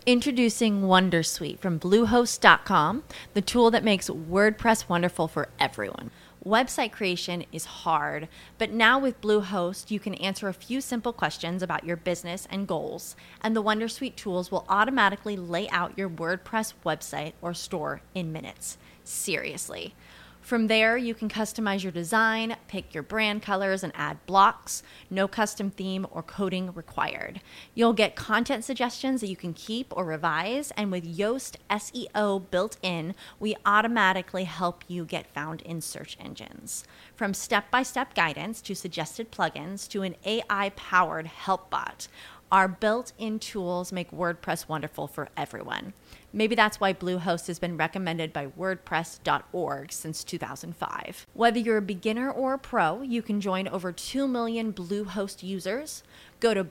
Introducing Wondersuite from Bluehost.com, the tool that makes WordPress wonderful for everyone. Website creation is hard, but now with Bluehost, you can answer a few simple questions about your business and goals, and the Wondersuite tools will automatically lay out your WordPress website or store in minutes. Seriously. From there, you can customize your design, pick your brand colors, and add blocks. No custom theme or coding required. You'll get content suggestions that you can keep or revise, and with Yoast SEO built in, we automatically help you get found in search engines. From step-by-step guidance to suggested plugins to an AI-powered help bot, our built-in tools make WordPress wonderful for everyone. Maybe that's why Bluehost has been recommended by WordPress.org since 2005. Whether you're a beginner or a pro, you can join over 2 million Bluehost users. Go to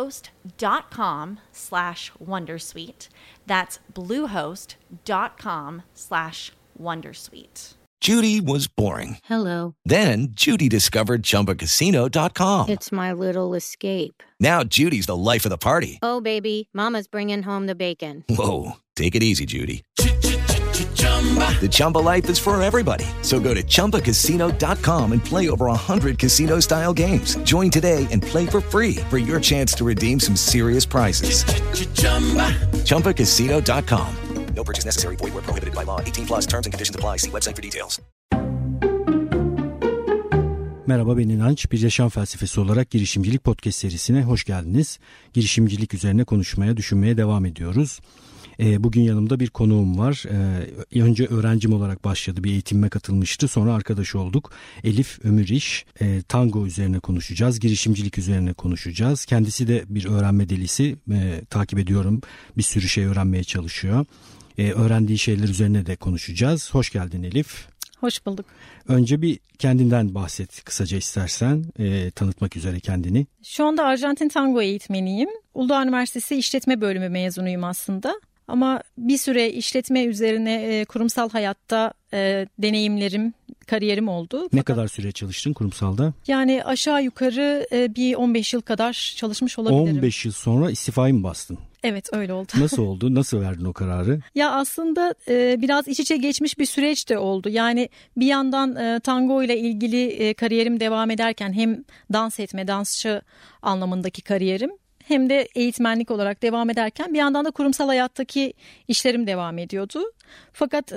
bluehost.com/wondersuite. That's bluehost.com/wondersuite. Judy was boring. Hello. Then Judy discovered ChumbaCasino.com. It's my little escape. Now Judy's the life of the party. Oh, baby, mama's bringing home the bacon. Whoa, take it easy, Judy. The Chumba life is for everybody. So go to ChumbaCasino.com and play over 100 casino-style games. Join today and play for free for your chance to redeem some serious prizes. ChumbaCasino.com. No purchase necessary. Void where prohibited by law. 18+ terms and conditions apply. See website for details. Merhaba, ben İnanç. Bir Yaşam Felsefesi olarak girişimcilik podcast serisine hoş geldiniz. Girişimcilik üzerine konuşmaya, düşünmeye devam ediyoruz. Bugün yanımda bir konuğum var. Önce öğrencim olarak başladı. Bir eğitimime katılmıştı. Sonra arkadaş olduk. Elif Ömüriş. Tango üzerine konuşacağız. Girişimcilik üzerine konuşacağız. Kendisi de bir öğrenme delisi. Takip ediyorum. Bir sürü şey öğrenmeye çalışıyor. Öğrendiği şeyler üzerine de konuşacağız. Hoş geldin Elif. Hoş bulduk. Önce bir kendinden bahset kısaca istersen, tanıtmak üzere kendini. Şu anda Arjantin tango eğitmeniyim. Uludağ Üniversitesi İşletme Bölümü mezunuyum aslında. Ama bir süre işletme üzerine kurumsal hayatta deneyimlerim, kariyerim oldu. Ne kadar süre çalıştın kurumsalda? Yani aşağı yukarı bir 15 yıl kadar çalışmış olabilirim. 15 yıl sonra istifayı mı bastın? Evet, öyle oldu. Nasıl oldu? Nasıl verdin o kararı? Ya aslında biraz iç içe geçmiş bir süreç de oldu. Yani bir yandan tango ile ilgili kariyerim devam ederken hem dans etme, dansçı anlamındaki kariyerim hem de eğitmenlik olarak devam ederken bir yandan da kurumsal hayattaki işlerim devam ediyordu. Fakat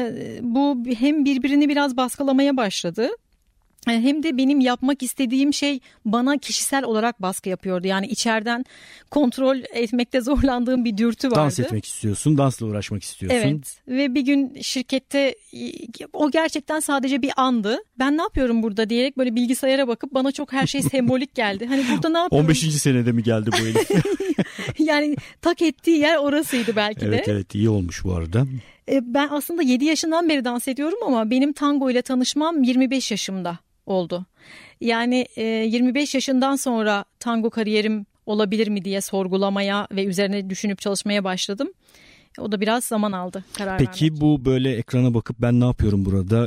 bu hem birbirini biraz baskılamaya başladı. Hem de benim yapmak istediğim şey bana kişisel olarak baskı yapıyordu. Yani içeriden kontrol etmekte zorlandığım bir dürtü vardı. Dans etmek istiyorsun, dansla uğraşmak istiyorsun. Evet, ve bir gün şirkette o gerçekten sadece bir andı. Ben ne yapıyorum burada diyerek böyle bilgisayara bakıp bana çok her şey sembolik geldi. Hani burada ne yapıyorum? 15. senede mi geldi bu Elif? Yani tak ettiği yer orasıydı belki de. Evet, iyi olmuş bu arada. Ben aslında 7 yaşından beri dans ediyorum ama benim tango ile tanışmam 25 yaşımda oldu. Yani 25 yaşından sonra tango kariyerim olabilir mi diye sorgulamaya ve üzerine düşünüp çalışmaya başladım. O da biraz zaman aldı karar vermek. Peki bu böyle ekrana bakıp ben ne yapıyorum burada,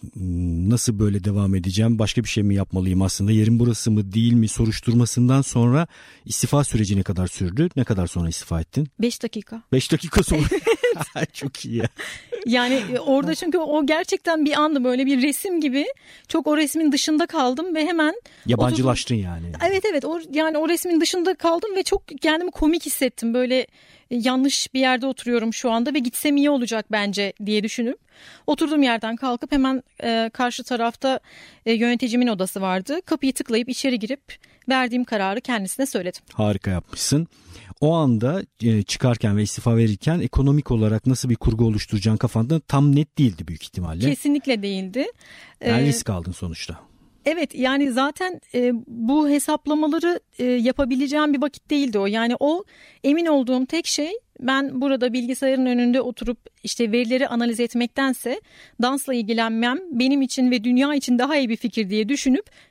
nasıl böyle devam edeceğim, başka bir şey mi yapmalıyım, aslında yerim burası mı değil mi soruşturmasından sonra istifa süreci ne kadar sürdü? Ne kadar sonra istifa ettin? 5 dakika. 5 dakika sonra. Çok iyi ya. Yani orada çünkü o gerçekten bir andı, böyle bir resim gibi. Çok o resmin dışında kaldım ve hemen yabancılaştın yani. Evet, yani o resmin dışında kaldım ve çok kendimi komik hissettim. Böyle yanlış bir yerde oturuyorum şu anda ve gitsem iyi olacak bence diye düşünüp oturduğum yerden kalkıp hemen karşı tarafta yöneticimin odası vardı. Kapıyı tıklayıp içeri girip verdiğim kararı kendisine söyledim. Harika yapmışsın. O anda çıkarken ve istifa verirken ekonomik olarak nasıl bir kurgu oluşturacağın kafanda tam net değildi büyük ihtimalle. Kesinlikle değildi. Yani risk aldın sonuçta. Evet, yani zaten bu hesaplamaları yapabileceğim bir vakit değildi o. Yani o emin olduğum tek şey, ben burada bilgisayarın önünde oturup işte verileri analiz etmektense dansla ilgilenmem benim için ve dünya için daha iyi bir fikir diye düşünüp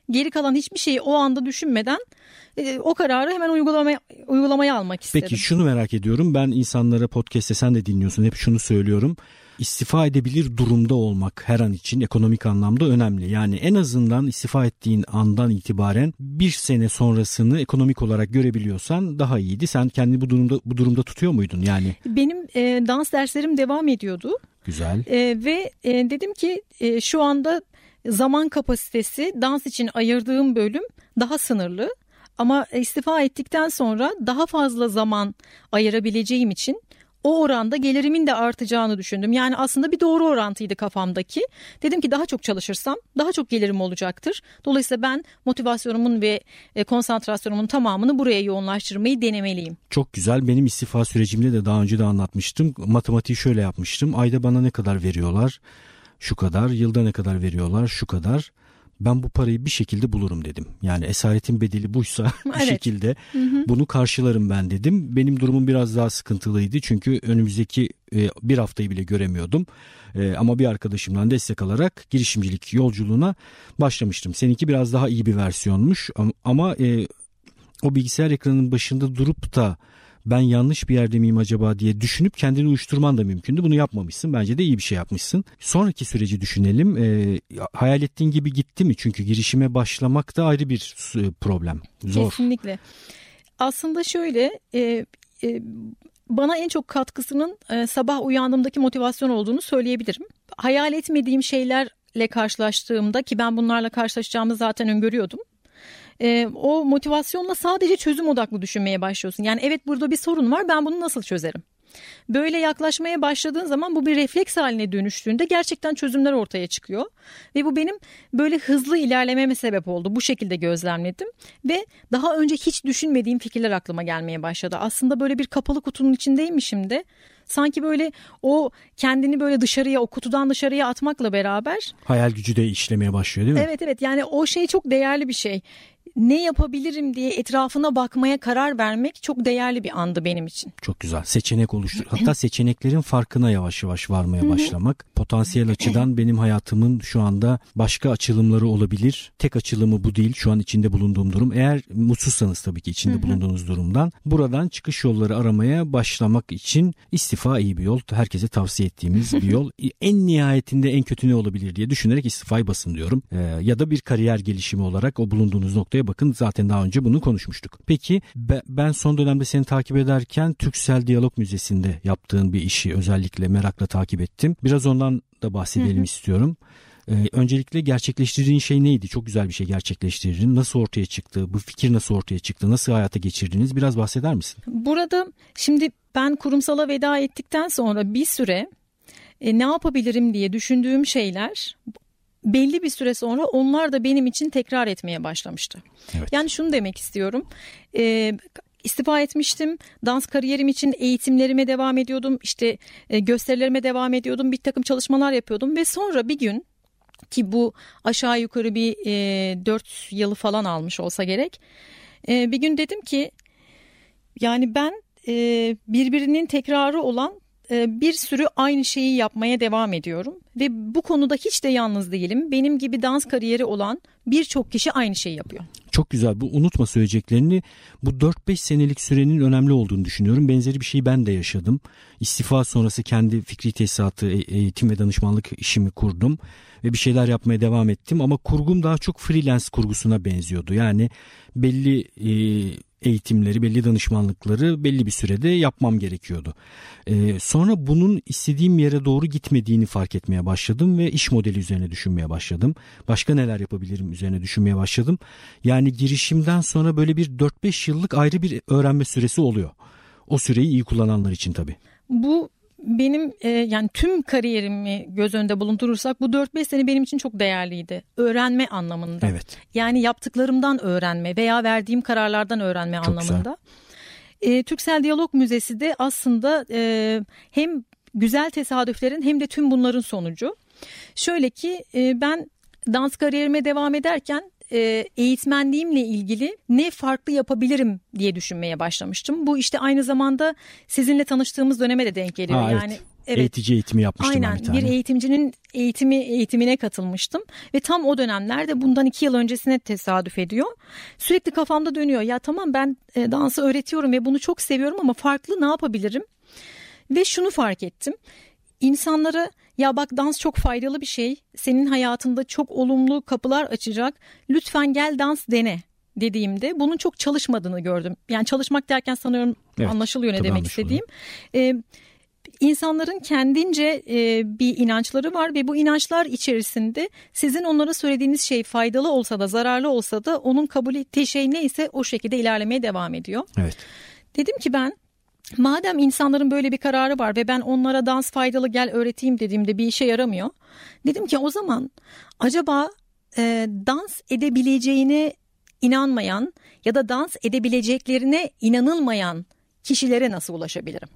geri kalan hiçbir şeyi o anda düşünmeden o kararı hemen uygulamaya almak istedim. Peki şunu merak ediyorum. Ben insanlara podcast'te sen de dinliyorsun. Hep şunu söylüyorum. İstifa edebilir durumda olmak her an için ekonomik anlamda önemli. Yani en azından istifa ettiğin andan itibaren bir sene sonrasını ekonomik olarak görebiliyorsan daha iyiydi. Sen kendini bu durumda tutuyor muydun yani? Benim dans derslerim devam ediyordu. Güzel. Ve dedim ki şu anda zaman kapasitesi dans için ayırdığım bölüm daha sınırlı. Ama istifa ettikten sonra daha fazla zaman ayırabileceğim için o oranda gelirimin de artacağını düşündüm. Yani aslında bir doğru orantıydı kafamdaki. Dedim ki daha çok çalışırsam daha çok gelirim olacaktır. Dolayısıyla ben motivasyonumun ve konsantrasyonumun tamamını buraya yoğunlaştırmayı denemeliyim. Çok güzel. Benim istifa sürecimde de daha önce de anlatmıştım. Matematiği şöyle yapmıştım. Ayda bana ne kadar veriyorlar? Şu kadar. Yılda ne kadar veriyorlar? Şu kadar. Ben bu parayı bir şekilde bulurum dedim. Yani esaretin bedeli buysa bir şekilde bunu karşılarım ben dedim. Benim durumum biraz daha sıkıntılıydı. Çünkü önümüzdeki bir haftayı bile göremiyordum. Ama bir arkadaşımdan destek alarak girişimcilik yolculuğuna başlamıştım. Seninki biraz daha iyi bir versiyonmuş. Ama o bilgisayar ekranının başında durup da ben yanlış bir yerde miyim acaba diye düşünüp kendini uyuşturman da mümkündü. Bunu yapmamışsın. Bence de iyi bir şey yapmışsın. Sonraki süreci düşünelim. Hayal ettiğin gibi gitti mi? Çünkü girişime başlamak da ayrı bir problem. Zor. Kesinlikle. Aslında şöyle bana en çok katkısının sabah uyandığımdaki motivasyon olduğunu söyleyebilirim. Hayal etmediğim şeylerle karşılaştığımda, ki ben bunlarla karşılaşacağımı zaten öngörüyordum. O motivasyonla sadece çözüm odaklı düşünmeye başlıyorsun. Yani evet, burada bir sorun var, ben bunu nasıl çözerim? Böyle yaklaşmaya başladığın zaman bu bir refleks haline dönüştüğünde gerçekten çözümler ortaya çıkıyor. Ve bu benim böyle hızlı ilerlememe sebep oldu. Bu şekilde gözlemledim. Ve daha önce hiç düşünmediğim fikirler aklıma gelmeye başladı. Aslında böyle bir kapalı kutunun içindeymişim de. Sanki böyle o kendini böyle dışarıya, o kutudan dışarıya atmakla beraber hayal gücü de işlemeye başlıyor değil mi? Evet, yani o şey çok değerli bir şey. Ne yapabilirim diye etrafına bakmaya karar vermek çok değerli bir andı benim için. Çok güzel. Seçenek oluştur. Hatta seçeneklerin farkına yavaş yavaş varmaya başlamak. Potansiyel açıdan benim hayatımın şu anda başka açılımları olabilir. Tek açılımı bu değil. Şu an içinde bulunduğum durum. Eğer mutsuzsanız tabii ki içinde bulunduğunuz durumdan. Buradan çıkış yolları aramaya başlamak için istifa iyi bir yol. Herkese tavsiye ettiğimiz bir yol. En nihayetinde en kötü ne olabilir diye düşünerek istifayı basın diyorum. Ya da bir kariyer gelişimi olarak o bulunduğunuz noktaya bakın, zaten daha önce bunu konuşmuştuk. Peki ben son dönemde seni takip ederken Türksel Diyalog Müzesi'nde yaptığın bir işi özellikle merakla takip ettim. Biraz ondan da bahsedelim istiyorum. Öncelikle gerçekleştirdiğin şey neydi? Çok güzel bir şey gerçekleştirdin. Nasıl ortaya çıktı? Bu fikir nasıl ortaya çıktı? Nasıl hayata geçirdiniz? Biraz bahseder misin? Burada şimdi ben kurumsala veda ettikten sonra bir süre ne yapabilirim diye düşündüğüm şeyler belli bir süre sonra onlar da benim için tekrar etmeye başlamıştı. Evet. Yani şunu demek istiyorum. İstifa etmiştim. Dans kariyerim için eğitimlerime devam ediyordum. İşte gösterilerime devam ediyordum. Bir takım çalışmalar yapıyordum ve sonra bir gün, ki bu aşağı yukarı bir 4 yılı falan almış olsa gerek. Bir gün dedim ki yani ben birbirinin tekrarı olan bir sürü aynı şeyi yapmaya devam ediyorum ve bu konuda hiç de yalnız değilim. Benim gibi dans kariyeri olan birçok kişi aynı şeyi yapıyor. Çok güzel. Bu unutma söyleyeceklerini. Bu 4-5 senelik sürenin önemli olduğunu düşünüyorum. Benzeri bir şeyi ben de yaşadım. İstifa sonrası kendi fikri tesisatı, eğitim ve danışmanlık işimi kurdum ve bir şeyler yapmaya devam ettim ama kurgum daha çok freelance kurgusuna benziyordu. Yani belli eğitimleri, belli danışmanlıkları belli bir sürede yapmam gerekiyordu. Sonra bunun istediğim yere doğru gitmediğini fark etmeye başladım ve iş modeli üzerine düşünmeye başladım. Başka neler yapabilirim üzerine düşünmeye başladım. Yani girişimden sonra böyle bir 4-5 yıllık ayrı bir öğrenme süresi oluyor. O süreyi iyi kullananlar için tabii. Bu benim yani tüm kariyerimi göz önünde bulundurursak bu 4-5 sene benim için çok değerliydi. Öğrenme anlamında. Evet. Yani yaptıklarımdan öğrenme veya verdiğim kararlardan öğrenme çok anlamında. Türksel Diyalog Müzesi de aslında hem güzel tesadüflerin hem de tüm bunların sonucu. Şöyle ki ben dans kariyerime devam ederken eğitmenliğimle ilgili ne farklı yapabilirim diye düşünmeye başlamıştım. Bu işte aynı zamanda sizinle tanıştığımız döneme de denk geliyor. Evet. Yani Eğitici eğitimi yapmıştım ben bir tane. Bir eğitimcinin eğitimine katılmıştım ve tam o dönemlerde bundan 2 yıl öncesine tesadüf ediyor. Sürekli kafamda dönüyor. Ya tamam, ben dansı öğretiyorum ve bunu çok seviyorum ama farklı ne yapabilirim? Ve şunu fark ettim. İnsanlara ya bak, dans çok faydalı bir şey. Senin hayatında çok olumlu kapılar açacak. Lütfen gel dans dene dediğimde bunun çok çalışmadığını gördüm. Yani çalışmak derken sanıyorum anlaşılıyor ne demek istediğim. İnsanların kendince bir inançları var ve bu inançlar içerisinde sizin onlara söylediğiniz şey faydalı olsa da zararlı olsa da onun kabul ettiği şey neyse o şekilde ilerlemeye devam ediyor. Evet. Dedim ki ben, madem insanların böyle bir kararı var ve ben onlara dans faydalı gel öğreteyim dediğimde bir işe yaramıyor. Dedim ki o zaman acaba dans edebileceğine inanmayan ya da dans edebileceklerine inanılmayan kişilere nasıl ulaşabilirim?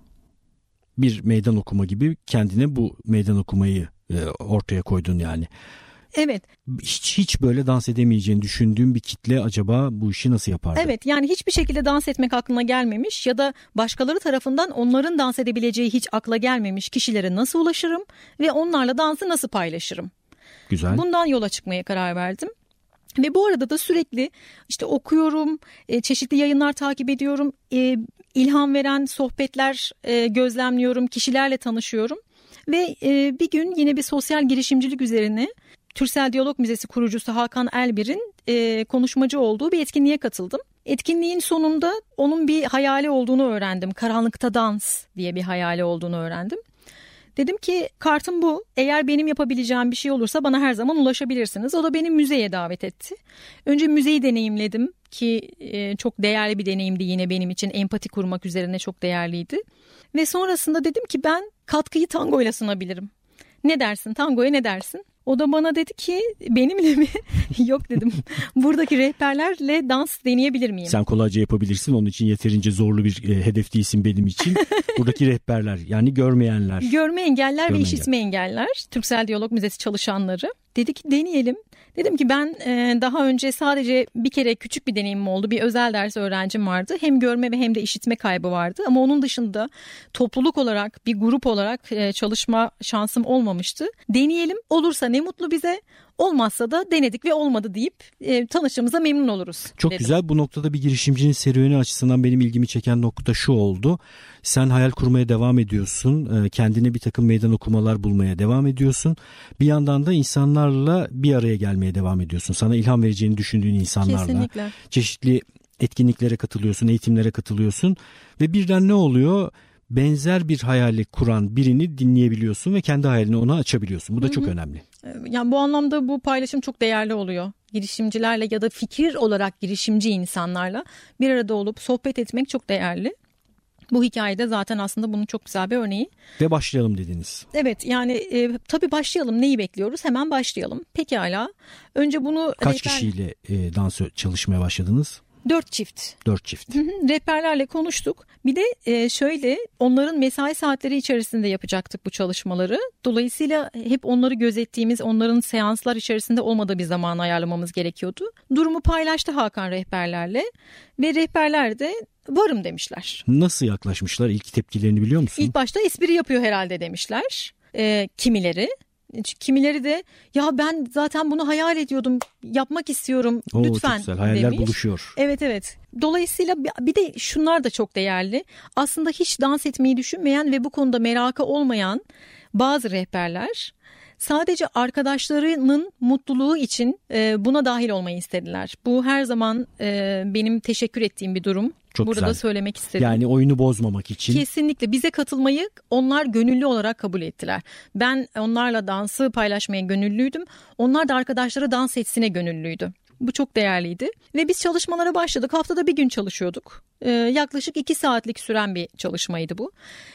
Bir meydan okuma gibi kendine bu meydan okumayı ortaya koydun yani. Evet. Hiç böyle dans edemeyeceğini düşündüğüm bir kitle acaba bu işi nasıl yapardı? Evet, yani hiçbir şekilde dans etmek aklına gelmemiş ya da başkaları tarafından onların dans edebileceği hiç akla gelmemiş kişilere nasıl ulaşırım ve onlarla dansı nasıl paylaşırım? Güzel. Bundan yola çıkmaya karar verdim. Ve bu arada da sürekli işte okuyorum, çeşitli yayınlar takip ediyorum, ilham veren sohbetler gözlemliyorum, kişilerle tanışıyorum. Ve bir gün yine bir sosyal girişimcilik üzerine Türsel Diyalog Müzesi kurucusu Hakan Elbir'in konuşmacı olduğu bir etkinliğe katıldım. Etkinliğin sonunda onun bir hayali olduğunu öğrendim. Karanlıkta dans diye bir hayali olduğunu öğrendim. Dedim ki kartım bu. Eğer benim yapabileceğim bir şey olursa bana her zaman ulaşabilirsiniz. O da beni müzeye davet etti. Önce müzeyi deneyimledim ki çok değerli bir deneyimdi yine benim için. Empati kurmak üzerine çok değerliydi. Ve sonrasında dedim ki ben katkıyı tangoyla sunabilirim. Ne dersin? Tangoya ne dersin? O da bana dedi ki benimle mi? Yok dedim. Buradaki rehberlerle dans deneyebilir miyim? Sen kolayca yapabilirsin. Onun için yeterince zorlu bir hedef değilsin benim için. Buradaki rehberler, yani görmeyenler. Görme engeller ve işitme engeller. Türsel Diyalog Müzesi çalışanları. Dedi ki deneyelim. Dedim ki ben daha önce sadece bir kere küçük bir deneyimim oldu. Bir özel ders öğrencim vardı. Hem görme ve hem de işitme kaybı vardı. Ama onun dışında topluluk olarak, bir grup olarak çalışma şansım olmamıştı. Deneyelim. Olursa ne mutlu bize. Olmazsa da denedik ve olmadı deyip tanıştığımıza memnun oluruz. Çok dedim. güzel. Bu noktada bir girişimcinin serüveni açısından benim ilgimi çeken nokta şu oldu. Sen hayal kurmaya devam ediyorsun. Kendine bir takım meydan okumalar bulmaya devam ediyorsun. Bir yandan da insanlarla bir araya gelmeye devam ediyorsun. Sana ilham vereceğini düşündüğün insanlarla. Kesinlikle. Çeşitli etkinliklere katılıyorsun, eğitimlere katılıyorsun. Ve birden ne oluyor? Benzer bir hayali kuran birini dinleyebiliyorsun ve kendi hayalini ona açabiliyorsun. Bu da çok önemli. Yani bu anlamda bu paylaşım çok değerli oluyor. Girişimcilerle ya da fikir olarak girişimci insanlarla bir arada olup sohbet etmek çok değerli. Bu hikayede zaten aslında bunun çok güzel bir örneği. Ve başlayalım dediniz. Evet, yani tabii başlayalım. Neyi bekliyoruz? Hemen başlayalım. Pekala. Önce bunu... Kaç kişiyle dans çalışmaya başladınız? 4 çift. 4 çift. Rehberlerle konuştuk. Bir de şöyle, onların mesai saatleri içerisinde yapacaktık bu çalışmaları. Dolayısıyla hep onları gözettiğimiz, onların seanslar içerisinde olmadığı bir zaman ayarlamamız gerekiyordu. Durumu paylaştı Hakan rehberlerle ve rehberler de varım demişler. Nasıl yaklaşmışlar? İlk tepkilerini biliyor musun? İlk başta espri yapıyor herhalde demişler kimileri. Kimileri de ya ben zaten bunu hayal ediyordum, yapmak istiyorum, lütfen çok güzel. Hayaller demiş. buluşuyor. Evet. Dolayısıyla bir de şunlar da çok değerli. Aslında hiç dans etmeyi düşünmeyen ve bu konuda merakı olmayan bazı rehberler sadece arkadaşlarının mutluluğu için buna dahil olmayı istediler. Bu her zaman benim teşekkür ettiğim bir durum. Çok Burada güzel. Söylemek istedim. Yani oyunu bozmamak için. Kesinlikle bize katılmayı onlar gönüllü olarak kabul ettiler. Ben onlarla dansı paylaşmaya gönüllüydüm. Onlar da arkadaşları dans etsine gönüllüydü. Bu çok değerliydi. Ve biz çalışmalara başladık. Haftada bir gün çalışıyorduk. Yaklaşık 2 saatlik süren bir çalışmaydı bu.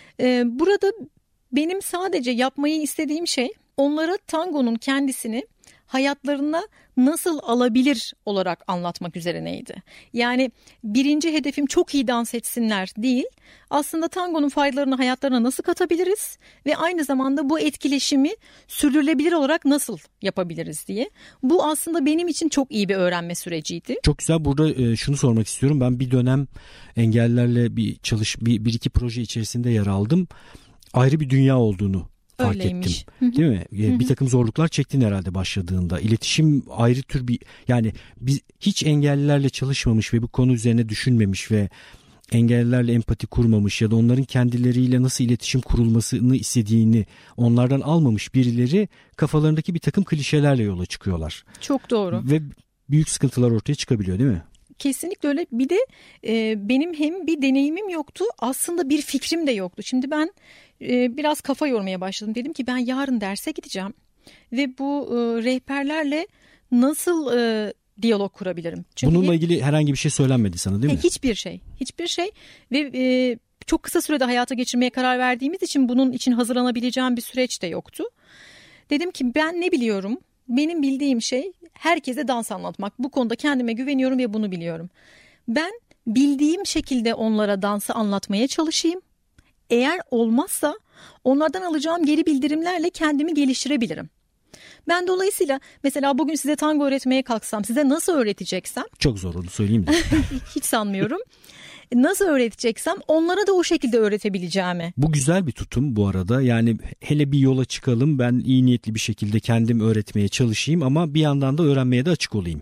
Burada benim sadece yapmayı istediğim şey onlara tangonun kendisini hayatlarına nasıl alabilir olarak anlatmak üzerineydi. Yani birinci hedefim çok iyi dans etsinler değil, aslında tangonun faydalarını hayatlarına nasıl katabiliriz ve aynı zamanda bu etkileşimi sürdürülebilir olarak nasıl yapabiliriz diye. Bu aslında benim için çok iyi bir öğrenme süreciydi. Çok güzel. Burada şunu sormak istiyorum. Ben bir dönem engellilerle bir iki proje içerisinde yer aldım. Ayrı bir dünya olduğunu fark Öyleymiş. ettim. Değil mi? Bir takım zorluklar çektin herhalde başladığında. İletişim ayrı tür bir, yani biz hiç engellilerle çalışmamış ve bu konu üzerine düşünmemiş ve engellilerle empati kurmamış ya da onların kendileriyle nasıl iletişim kurulmasını istediğini onlardan almamış birileri kafalarındaki bir takım klişelerle yola çıkıyorlar. Çok doğru. Ve büyük sıkıntılar ortaya çıkabiliyor, değil mi? Kesinlikle öyle. Bir de benim hem bir deneyimim yoktu, aslında bir fikrim de yoktu. Şimdi ben biraz kafa yormaya başladım. Dedim ki ben yarın derse gideceğim ve bu rehberlerle nasıl diyalog kurabilirim? Çünkü bununla ilgili herhangi bir şey söylenmedi sana, değil mi? Hiçbir şey ve çok kısa sürede hayata geçirmeye karar verdiğimiz için bunun için hazırlanabileceğim bir süreç de yoktu. Dedim ki ben ne biliyorum? Benim bildiğim şey herkese dans anlatmak. Bu konuda kendime güveniyorum ve bunu biliyorum. Ben bildiğim şekilde onlara dansı anlatmaya çalışayım. Eğer olmazsa onlardan alacağım geri bildirimlerle kendimi geliştirebilirim. Ben dolayısıyla mesela bugün size tango öğretmeye kalksam, size nasıl öğreteceksem... Çok zor, onu söyleyeyim de. Hiç sanmıyorum. Nasıl öğreteceksem onlara da o şekilde öğretebileceğimi. Bu güzel bir tutum bu arada. Yani hele bir yola çıkalım, ben iyi niyetli bir şekilde kendim öğretmeye çalışayım ama bir yandan da öğrenmeye de açık olayım.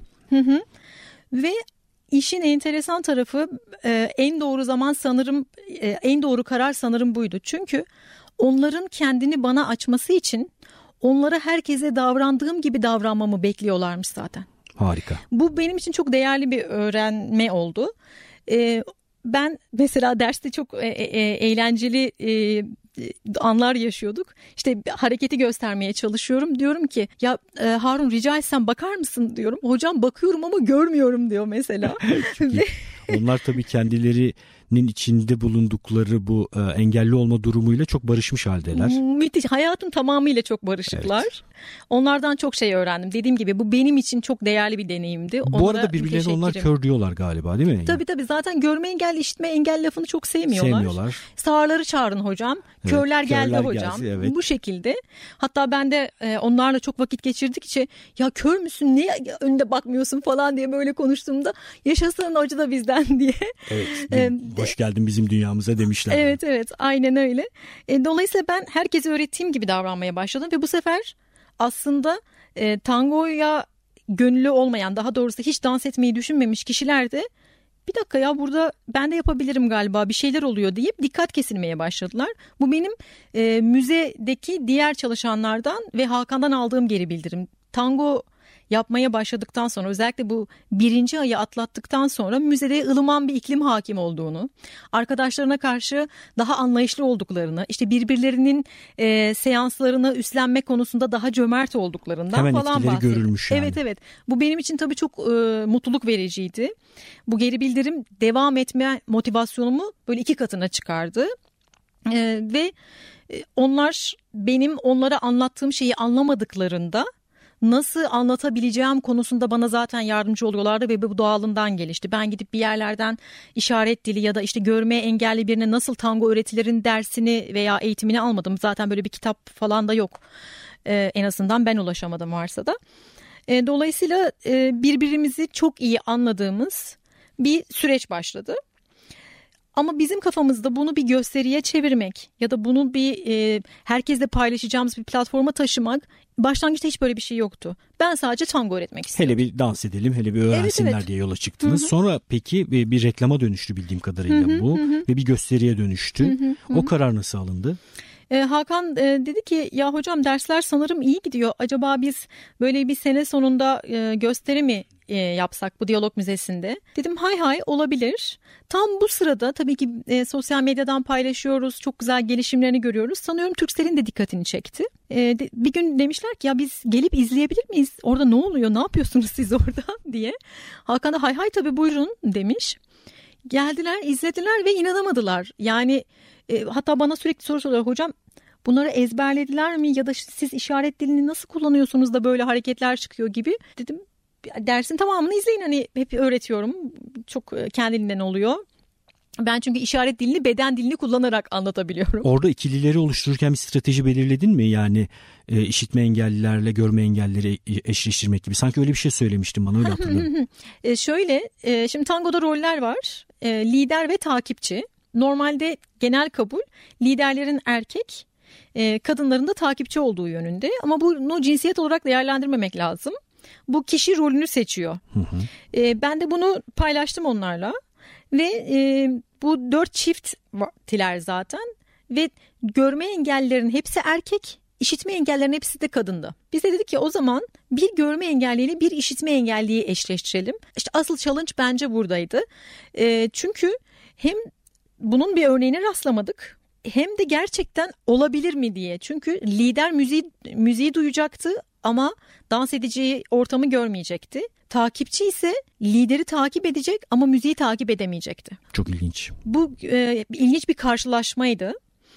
Ve işin enteresan tarafı en doğru zaman sanırım, en doğru karar sanırım buydu. Çünkü onların kendini bana açması için onlara herkese davrandığım gibi davranmamı bekliyorlarmış zaten. Harika. Bu benim için çok değerli bir öğrenme oldu. Ben mesela derste çok eğlenceli anlar yaşıyorduk. İşte hareketi göstermeye çalışıyorum. Diyorum ki ya Harun rica etsem bakar mısın diyorum. Hocam bakıyorum ama görmüyorum diyor mesela. Onlar tabii kendilerinin içinde bulundukları bu engelli olma durumuyla çok barışmış haldeler. Müthiş. Hayatın tamamıyla çok barışıklar. Evet. Onlardan çok şey öğrendim. Dediğim gibi bu benim için çok değerli bir deneyimdi. Bu arada birbirlerine onlar kör diyorlar galiba, değil mi? Tabii. Zaten görme engelli, işitme engelli lafını çok sevmiyorlar. Sağırları çağırın hocam. Evet, körler geldi hocam. Gelsin, evet. Bu şekilde. Hatta ben de onlarla çok vakit geçirdikçe ya kör müsün, niye önüne bakmıyorsun falan diye böyle konuştuğumda yaşasın hoca da bizden diye. Evet. Hoş geldin bizim dünyamıza demişler. Evet aynen öyle. Dolayısıyla ben herkese öğrettiğim gibi davranmaya başladım ve bu sefer aslında tangoya gönüllü olmayan, daha doğrusu hiç dans etmeyi düşünmemiş kişiler de bir dakika ya burada ben de yapabilirim galiba, bir şeyler oluyor deyip dikkat kesilmeye başladılar. Bu benim müzedeki diğer çalışanlardan ve Hakan'dan aldığım geri bildirim. Tango yapmaya başladıktan sonra, özellikle bu 1. ayı atlattıktan sonra müzede ılıman bir iklim hakim olduğunu, arkadaşlarına karşı daha anlayışlı olduklarını, işte birbirlerinin seanslarını üstlenme konusunda daha cömert olduklarından hemen falan bahsediyor. Hemen etkileri görülmüş yani. Evet. Bu benim için tabii çok mutluluk vericiydi. Bu geri bildirim devam etme motivasyonumu böyle 2 katına çıkardı. Ve onlar benim onlara anlattığım şeyi anlamadıklarında nasıl anlatabileceğim konusunda bana zaten yardımcı oluyorlardı ve bu doğalından gelişti. Ben gidip bir yerlerden işaret dili ya da işte görmeye engelli birine nasıl tango öğretilerin dersini veya eğitimini almadım. Zaten böyle bir kitap falan da yok. En azından ben ulaşamadım varsa da. Dolayısıyla birbirimizi çok iyi anladığımız bir süreç başladı. Ama bizim kafamızda bunu bir gösteriye çevirmek ya da bunu bir herkesle paylaşacağımız bir platforma taşımak, başlangıçta hiç böyle bir şey yoktu. Ben sadece tango öğretmek istedim. Hele bir dans edelim, hele bir öğrensinler diye yola çıktınız. Hı-hı. Sonra peki bir reklama dönüştü bildiğim kadarıyla bu ve bir gösteriye dönüştü. O karar nasıl alındı? Hakan dedi ki ya hocam dersler sanırım iyi gidiyor. Acaba biz böyle bir sene sonunda gösteri mi yapsak bu Diyalog Müzesi'nde? Dedim hay olabilir. Tam bu sırada tabii ki sosyal medyadan paylaşıyoruz. Çok güzel gelişimlerini görüyoruz. Sanıyorum Turkcell'in de dikkatini çekti. Bir gün demişler ki ya biz gelip izleyebilir miyiz? Orada ne oluyor? Ne yapıyorsunuz siz orada diye. Hakan da hay tabii buyurun demiş. Geldiler, izlediler ve inanamadılar. Yani hatta bana sürekli soru soruyorlar. Hocam bunları ezberlediler mi ya da siz işaret dilini nasıl kullanıyorsunuz da böyle hareketler çıkıyor gibi. Dedim dersin tamamını izleyin, hani hep öğretiyorum. Çok kendiliğinden oluyor. Ben çünkü işaret dilini, beden dilini kullanarak anlatabiliyorum. Orada ikilileri oluştururken bir strateji belirledin mi? Yani işitme engellilerle görme engellileri eşleştirmek gibi. Sanki öyle bir şey söylemiştin bana, öyle hatırlıyorum. Şöyle, şimdi tangoda roller var. Lider ve takipçi. Normalde genel kabul liderlerin erkek, kadınların da takipçi olduğu yönünde. Ama bunu cinsiyet olarak değerlendirmemek lazım. Bu kişi rolünü seçiyor. Ben de bunu paylaştım onlarla. Ve bu 4 çifttiler zaten ve görme engellilerin hepsi erkek, işitme engellilerin hepsi de kadındı. Biz de dedik ki o zaman bir görme engelliyle bir işitme engelliyi eşleştirelim. İşte asıl challenge bence buradaydı. Çünkü hem bunun bir örneğine rastlamadık, hem de gerçekten olabilir mi diye. Çünkü lider müziği duyacaktı ama dans edeceği ortamı görmeyecekti. Takipçi ise lideri takip edecek ama müziği takip edemeyecekti. Çok ilginç. Bu ilginç bir karşılaşmaydı.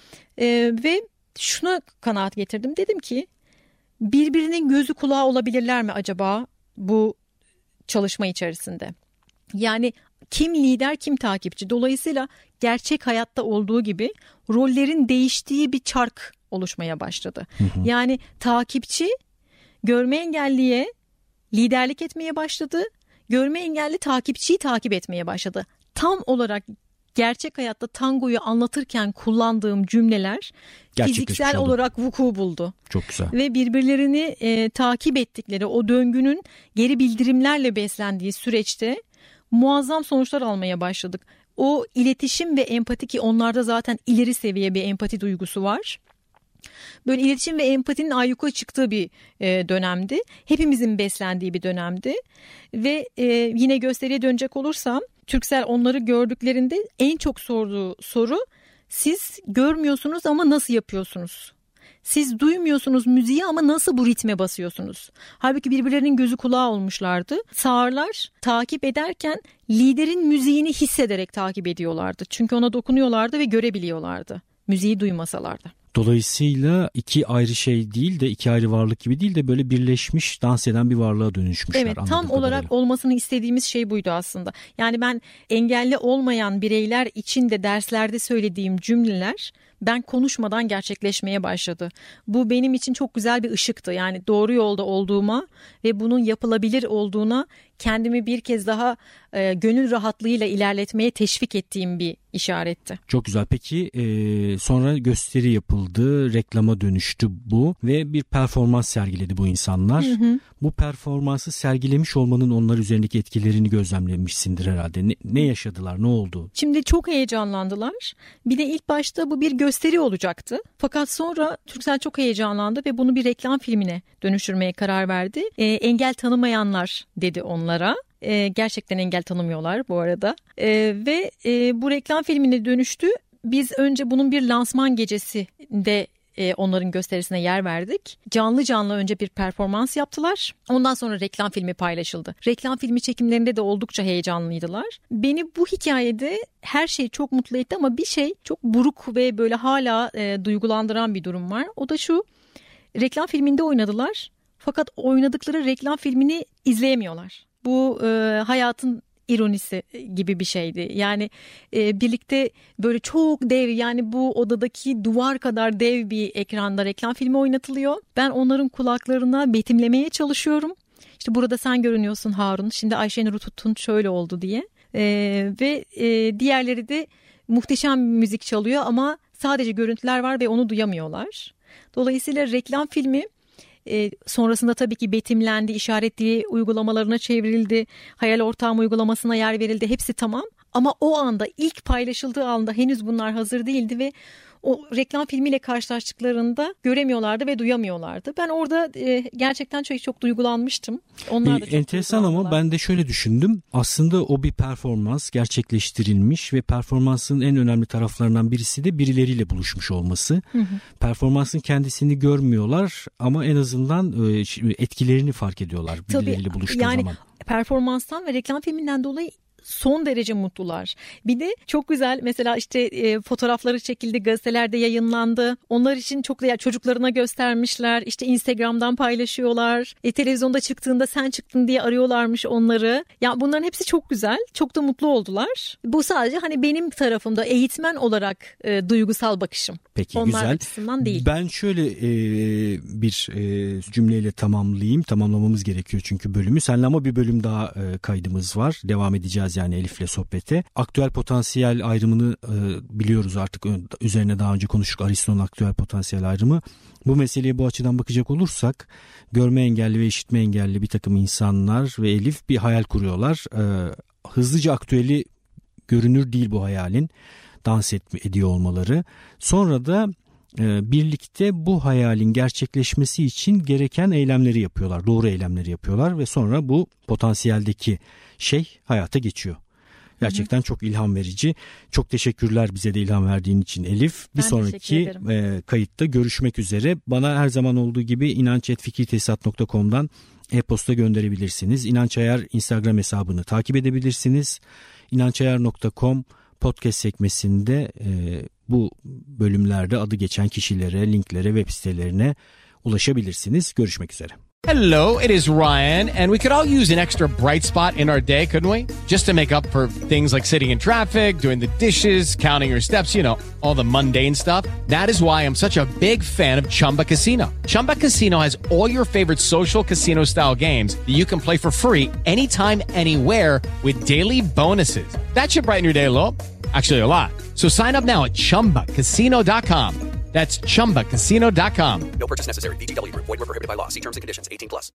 Ve şuna kanaat getirdim. Dedim ki birbirinin gözü kulağı olabilirler mi acaba bu çalışma içerisinde? Yani kim lider, kim takipçi? Dolayısıyla gerçek hayatta olduğu gibi rollerin değiştiği bir çark oluşmaya başladı. Yani takipçi görme engelliye liderlik etmeye başladı. Görme engelli takipçiyi takip etmeye başladı. Tam olarak gerçek hayatta tangoyu anlatırken kullandığım cümleler fiziksel olarak vuku buldu. Çok güzel. Ve birbirlerini takip ettikleri o döngünün geri bildirimlerle beslendiği süreçte muazzam sonuçlar almaya başladık. O iletişim ve empati, ki onlarda zaten ileri seviye bir empati duygusu var. Böyle iletişim ve empatinin ayyuka çıktığı bir dönemdi. Hepimizin beslendiği bir dönemdi. Ve yine gösteriye dönecek olursam, Türksel onları gördüklerinde en çok sorduğu soru, siz görmüyorsunuz ama nasıl yapıyorsunuz? Siz duymuyorsunuz müziği ama nasıl bu ritme basıyorsunuz? Halbuki birbirlerinin gözü kulağı olmuşlardı. Sağırlar takip ederken liderin müziğini hissederek takip ediyorlardı. Çünkü ona dokunuyorlardı ve görebiliyorlardı, müziği duymasalar da. Dolayısıyla iki ayrı şey değil de, iki ayrı varlık gibi değil de böyle birleşmiş, dans eden bir varlığa dönüşmüşler. Evet, tam olarak olmasını istediğimiz şey buydu aslında. Yani ben engelli olmayan bireyler için de derslerde söylediğim cümleler ben konuşmadan gerçekleşmeye başladı. Bu benim için çok güzel bir ışıktı. Yani doğru yolda olduğuma ve bunun yapılabilir olduğuna kendimi bir kez daha gönül rahatlığıyla ilerletmeye teşvik ettiğim bir işaretti. Çok güzel. Peki sonra gösteri yapıldı, reklama dönüştü bu ve bir performans sergiledi bu insanlar. Bu performansı sergilemiş olmanın onlar üzerindeki etkilerini gözlemlemişsindir herhalde. Ne yaşadılar, ne oldu? Şimdi çok heyecanlandılar. Bir de ilk başta bu bir gösteri olacaktı. Fakat sonra Türksel çok heyecanlandı ve bunu bir reklam filmine dönüştürmeye karar verdi. Engel tanımayanlar dedi onlara. Gerçekten engel tanımıyorlar bu arada. Ve bu reklam filmine dönüştü. Biz önce bunun bir lansman gecesinde onların gösterisine yer verdik. Canlı canlı önce bir performans yaptılar. Ondan sonra reklam filmi paylaşıldı. Reklam filmi çekimlerinde de oldukça heyecanlıydılar. Beni bu hikayede her şey çok mutlu etti ama bir şey çok buruk ve böyle hala duygulandıran bir durum var. O da şu: reklam filminde oynadılar fakat oynadıkları reklam filmini izleyemiyorlar. Bu hayatın ironisi gibi bir şeydi. Yani birlikte böyle çok dev, yani bu odadaki duvar kadar dev bir ekranda reklam filmi oynatılıyor. Ben onların kulaklarına betimlemeye çalışıyorum. İşte burada sen görünüyorsun Harun, şimdi Ayşenur Tutun şöyle oldu diye. Ve diğerleri de muhteşem bir müzik çalıyor ama sadece görüntüler var ve onu duyamıyorlar. Dolayısıyla reklam filmi sonrasında tabii ki betimlendi, işaret dili uygulamalarına çevrildi, hayal ortağım uygulamasına yer verildi, hepsi tamam. Ama o anda, ilk paylaşıldığı anda henüz bunlar hazır değildi ve o reklam filmiyle karşılaştıklarında göremiyorlardı ve duyamıyorlardı. Ben orada gerçekten çok duygulanmıştım. Onlar da çok enteresan ama ben de şöyle düşündüm. Aslında o bir performans gerçekleştirilmiş ve performansın en önemli taraflarından birisi de birileriyle buluşmuş olması. Performansın kendisini görmüyorlar ama en azından etkilerini fark ediyorlar birileriyle buluştuğu yani zaman. Performanstan ve reklam filminden dolayı son derece mutlular. Bir de çok güzel mesela işte fotoğrafları çekildi, gazetelerde yayınlandı. Onlar için çok da çocuklarına göstermişler. İşte Instagram'dan paylaşıyorlar. Televizyonda çıktığında sen çıktın diye arıyorlarmış onları. Ya bunların hepsi çok güzel. Çok da mutlu oldular. Bu sadece hani benim tarafımda eğitmen olarak duygusal bakışım. Peki, onlar güzel. açısından değil. Ben şöyle bir cümleyle tamamlamamız gerekiyor çünkü bölümü. Seninle ama bir bölüm daha kaydımız var. Devam edeceğiz yani Elif'le sohbete. Aktüel potansiyel ayrımını biliyoruz artık. Üzerine daha önce konuştuk, Aristo'nun aktüel potansiyel ayrımı. Bu meseleye bu açıdan bakacak olursak görme engelli ve işitme engelli bir takım insanlar ve Elif bir hayal kuruyorlar. Hızlıca aktüeli görünür değil bu hayalin. Dans ediyor olmaları. Sonra da birlikte bu hayalin gerçekleşmesi için gereken eylemleri yapıyorlar. Doğru eylemleri yapıyorlar ve sonra bu potansiyeldeki şey hayata geçiyor. Gerçekten çok ilham verici. Çok teşekkürler bize de ilham verdiğin için Elif. Bir sonraki kayıtta görüşmek üzere. Bana her zaman olduğu gibi inanç@fikirtesisat.com'dan e-posta gönderebilirsiniz. İnanç Ayar Instagram hesabını takip edebilirsiniz. inançayar.com podcast sekmesinde bu bölümlerde adı geçen kişilere, linklere, web sitelerine ulaşabilirsiniz. Görüşmek üzere. Hello, it is Ryan, and we could all use an extra bright spot in our day, couldn't we? Just to make up for things like sitting in traffic, doing the dishes, counting your steps, you know, all the mundane stuff. That is why I'm such a big fan of Chumba Casino. Chumba Casino has all your favorite social casino-style games that you can play for free anytime, anywhere with daily bonuses. That should brighten your day a little. Actually, a lot. So sign up now at ChumbaCasino.com. That's ChumbaCasino.com. No purchase necessary. VGW Group. Void where prohibited by law. See terms and conditions. 18+.